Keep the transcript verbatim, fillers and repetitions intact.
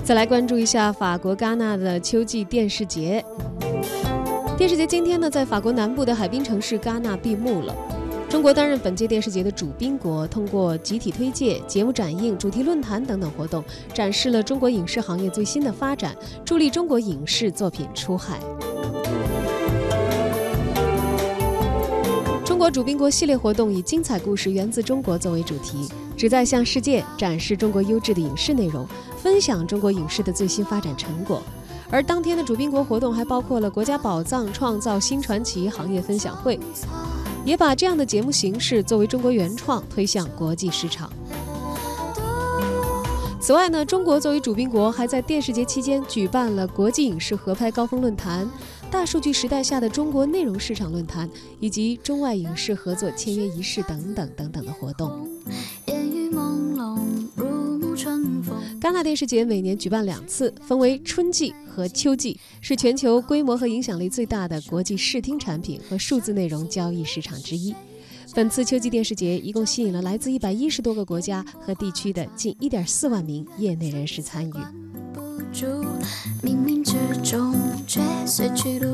再来关注一下法国戛纳的秋季电视节。电视节今天呢，在法国南部的海滨城市戛纳闭幕了。中国担任本届电视节的主宾国，通过集体推介、节目展映、主题论坛等等活动，展示了中国影视行业最新的发展，助力中国影视作品出海。中国主宾国系列活动以精彩故事源自中国作为主题，旨在向世界展示中国优质的影视内容，分享中国影视的最新发展成果。而当天的主宾国活动还包括了国家宝藏创造新传奇行业分享会，也把这样的节目形式作为中国原创推向国际市场。此外呢，中国作为主宾国，还在电视节期间举办了国际影视合拍高峰论坛、大数据时代下的中国内容市场论坛，以及中外影视合作签约仪式等等等等的活动。戛纳电视节每年举办两次，分为春季和秋季，是全球规模和影响力最大的国际视听产品和数字内容交易市场之一。本次秋季电视节一共吸引了来自一百一十多个国家和地区的近一点四万名业内人士参与。冥冥之中却失去了